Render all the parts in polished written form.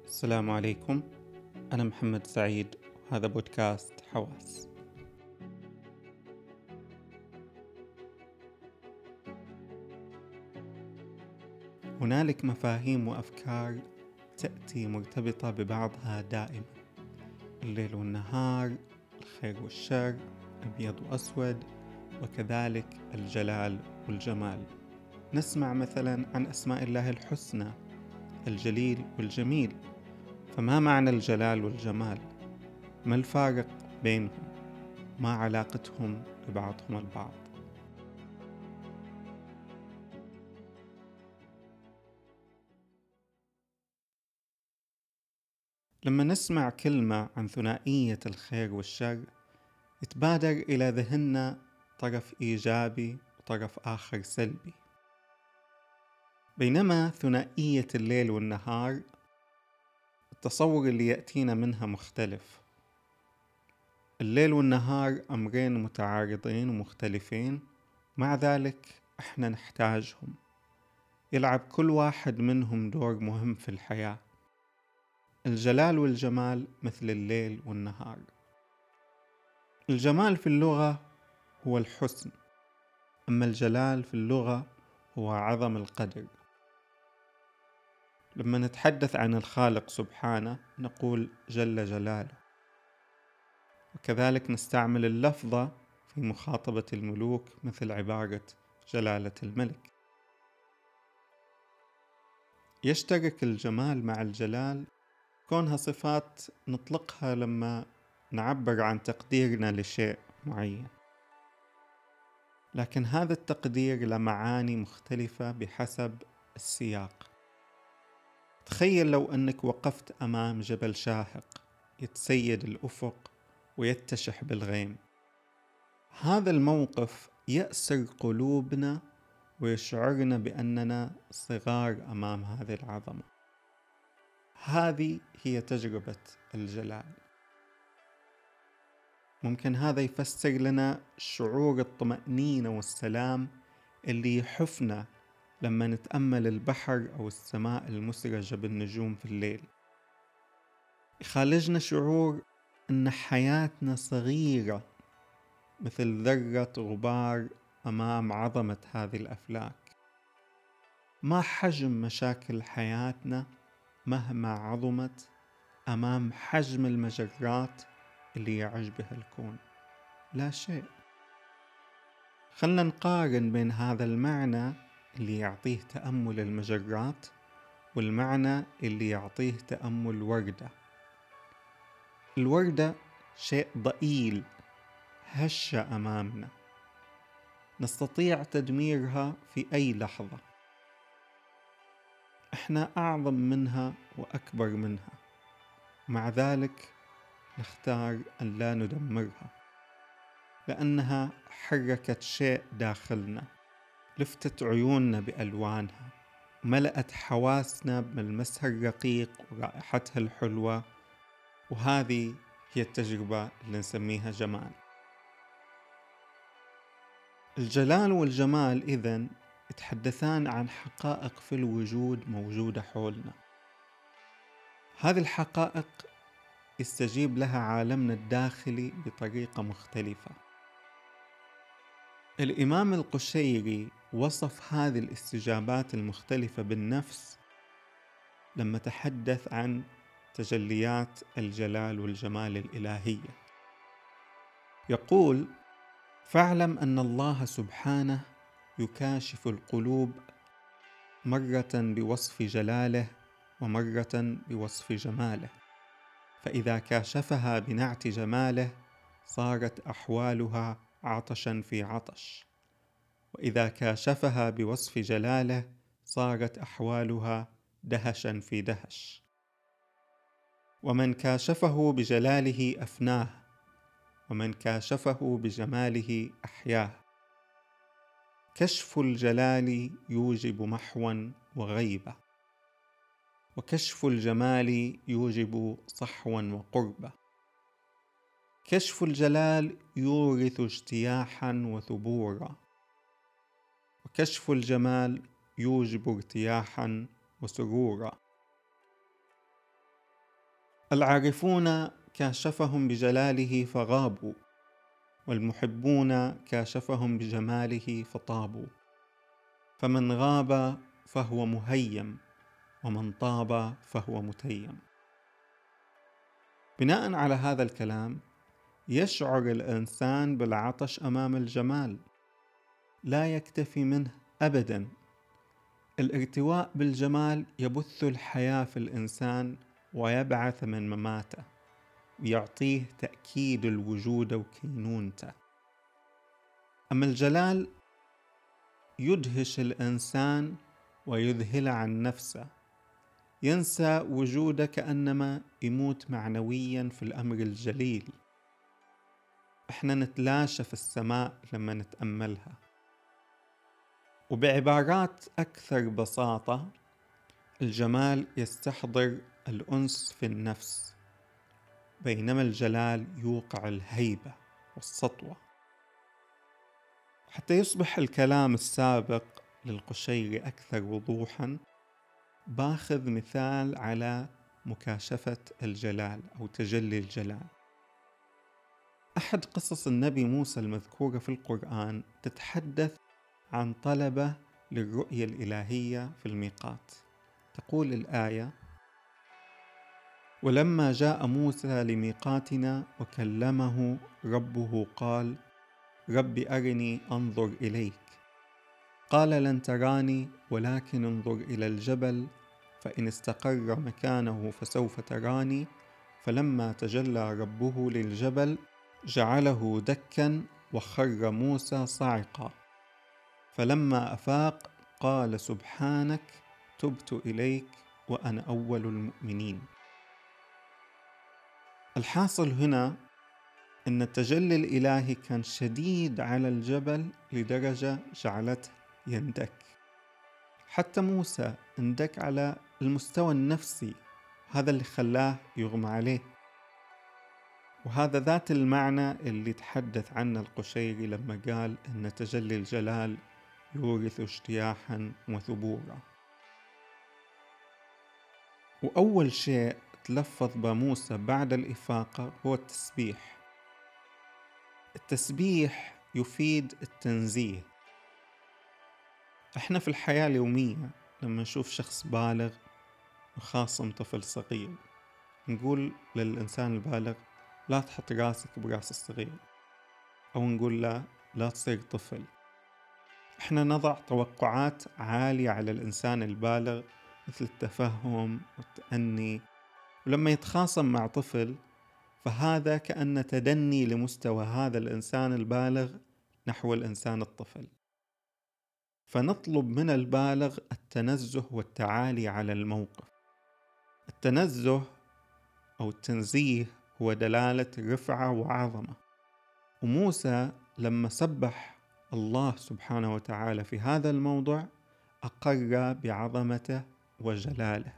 السلام عليكم. أنا محمد سعيد وهذا بودكاست حواس. هنالك مفاهيم وأفكار تأتي مرتبطة ببعضها دائما: الليل والنهار، الخير والشر، أبيض وأسود، وكذلك الجلال والجمال. نسمع مثلا عن أسماء الله الحسنى: الجليل والجميل. فما معنى الجلال والجمال؟ ما الفارق بينهم؟ ما علاقتهم ببعضهم البعض؟ لما نسمع كلمة عن ثنائية الخير والشر يتبادر إلى ذهننا طرف إيجابي وطرف آخر سلبي، بينما ثنائية الليل والنهار التصور اللي يأتينا منها مختلف. الليل والنهار أمرين متعارضين ومختلفين، مع ذلك إحنا نحتاجهم. يلعب كل واحد منهم دور مهم في الحياة. الجلال والجمال مثل الليل والنهار. الجمال في اللغة هو الحسن، أما الجلال في اللغة هو عظم القدر. لما نتحدث عن الخالق سبحانه نقول جل جلاله، وكذلك نستعمل اللفظة في مخاطبة الملوك مثل عبارة جلالة الملك. يشترك الجمال مع الجلال كونها صفات نطلقها لما نعبر عن تقديرنا لشيء معين، لكن هذا التقدير له معاني مختلفة بحسب السياق. تخيل لو أنك وقفت أمام جبل شاهق يتسيد الأفق ويتشح بالغيم. هذا الموقف يأسر قلوبنا ويشعرنا بأننا صغار أمام هذه العظمة. هذه هي تجربة الجلال. ممكن هذا يفسر لنا شعور الطمأنينة والسلام اللي يحفنا لما نتأمل البحر أو السماء المسرجة بالنجوم في الليل. يخالجنا شعور أن حياتنا صغيرة مثل ذرة غبار أمام عظمة هذه الأفلاك. ما حجم مشاكل حياتنا مهما عظمت أمام حجم المجرات اللي يعج بها الكون؟ لا شيء. خلنا نقارن بين هذا المعنى اللي يعطيه تأمل المجرات والمعنى اللي يعطيه تأمل وردة. الوردة شيء ضئيل هشة أمامنا، نستطيع تدميرها في أي لحظة. إحنا أعظم منها وأكبر منها، مع ذلك نختار أن لا ندمرها، لأنها حركت شيء داخلنا، لفتت عيوننا بألوانها، ملأت حواسنا بملمسها الرقيق ورائحتها الحلوة. وهذه هي التجربة اللي نسميها جمال. الجلال والجمال إذن يتحدثان عن حقائق في الوجود موجودة حولنا. هذه الحقائق يستجيب لها عالمنا الداخلي بطريقة مختلفة. الإمام القشيري وصف هذه الاستجابات المختلفة بالنفس لما تحدث عن تجليات الجلال والجمال الإلهية. يقول: فاعلم أن الله سبحانه يكاشف القلوب مرة بوصف جلاله ومرة بوصف جماله، فإذا كاشفها بنعت جماله صارت أحوالها عطشا في عطش، وإذا كاشفها بوصف جلاله صارت أحوالها دهشا في دهش. ومن كاشفه بجلاله أفناه، ومن كاشفه بجماله أحياه. كشف الجلال يوجب محوا وغيبة، وكشف الجمال يوجب صحوا وقربة. كشف الجلال يورث اجتياحا وثبورا، وكشف الجمال يوجب ارتياحا وسرورا. العارفون كاشفهم بجلاله فغابوا، والمحبون كاشفهم بجماله فطابوا، فمن غاب فهو مهيم، ومن طاب فهو متيم. بناء على هذا الكلام يشعر الإنسان بالعطش أمام الجمال، لا يكتفي منه أبدا. الارتواء بالجمال يبث الحياة في الإنسان ويبعث من مماته، ويعطيه تأكيد الوجود وكينونته. أما الجلال يدهش الإنسان ويذهل عن نفسه، ينسى وجوده كأنما يموت معنويا في الأمر الجليل. احنا نتلاشى في السماء لما نتأملها. وبعبارات أكثر بساطة، الجمال يستحضر الأنس في النفس، بينما الجلال يوقع الهيبة والسطوة. حتى يصبح الكلام السابق للقشيري أكثر وضوحا، باخذ مثال على مكاشفة الجلال أو تجلي الجلال. أحد قصص النبي موسى المذكورة في القرآن تتحدث عن طلبة للرؤية الإلهية في الميقات. تقول الآية: ولما جاء موسى لميقاتنا وكلمه ربه قال رب أرني أنظر إليك، قال لن تراني ولكن انظر إلى الجبل فإن استقر مكانه فسوف تراني. فلما تجلى ربه للجبل جعله دكا وخر موسى صعقا، فلما أفاق قال سبحانك تبت إليك وأنا أول المؤمنين. الحاصل هنا أن التجلي الإلهي كان شديد على الجبل لدرجة جعلته يندك. حتى موسى اندك على المستوى النفسي، هذا اللي خلاه يغمى عليه. وهذا ذات المعنى اللي تحدث عنه القشيري لما قال أن تجلي الجلال يورث اجتياحا وثبورا. وأول شيء تلفظ بموسى بعد الإفاقة هو التسبيح. التسبيح يفيد التنزيه. احنا في الحياة اليومية لما نشوف شخص بالغ وخاصم طفل صغير، نقول للإنسان البالغ لا تحط راسك براس الصغير، أو نقول له لا تصير طفل. احنا نضع توقعات عالية على الإنسان البالغ مثل التفهم والتأني، ولما يتخاصم مع طفل فهذا كأن تدني لمستوى هذا الإنسان البالغ نحو الإنسان الطفل. فنطلب من البالغ التنزه والتعالي على الموقف. التنزه أو التنزيه هو دلالة رفعة وعظمة. وموسى لما سبح الله سبحانه وتعالى في هذا الموضع أقر بعظمته وجلاله.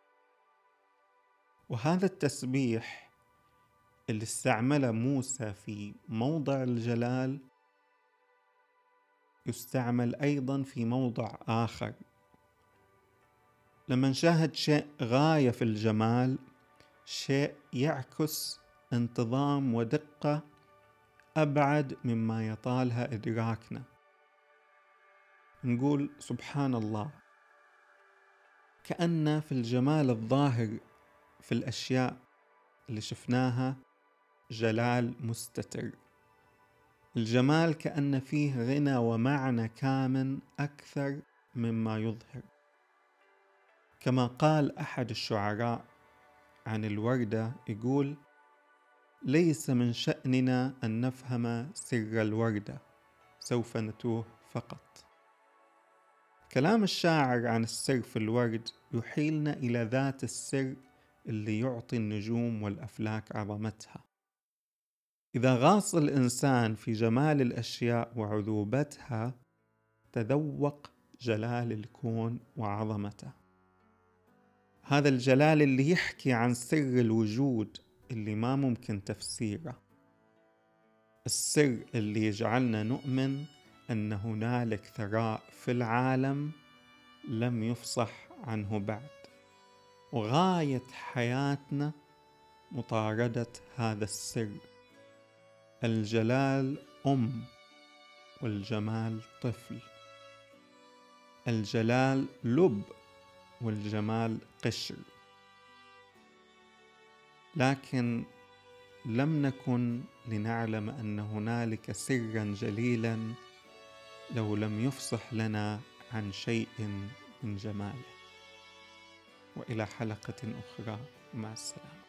وهذا التسبيح اللي استعمله موسى في موضع الجلال يستعمل أيضا في موضع آخر. لما نشاهد شيء غاية في الجمال، شيء يعكس انتظام ودقة أبعد مما يطالها إدراكنا، نقول سبحان الله. كأن في الجمال الظاهر في الأشياء اللي شفناها جلال مستتر. الجمال كأن فيه غنى ومعنى كامن أكثر مما يظهر. كما قال أحد الشعراء عن الوردة، يقول: ليس من شأننا أن نفهم سر الوردة، سوف نتوه فقط. كلام الشاعر عن السر في الورد يحيلنا إلى ذات السر اللي يعطي النجوم والأفلاك عظمتها. إذا غاص الإنسان في جمال الأشياء وعذوبتها تذوق جلال الكون وعظمته. هذا الجلال اللي يحكي عن سر الوجود اللي ما ممكن تفسيره، السر اللي يجعلنا نؤمن أن هنالك ثراء في العالم لم يفصح عنه بعد، وغاية حياتنا مطاردة هذا السر. الجلال والجمال طفل. الجلال لب والجمال قشر. لكن لم نكن لنعلم أن هنالك سرا جليلا لو لم يفصح لنا عن شيء من جماله. وإلى حلقة أخرى، مع السلامة.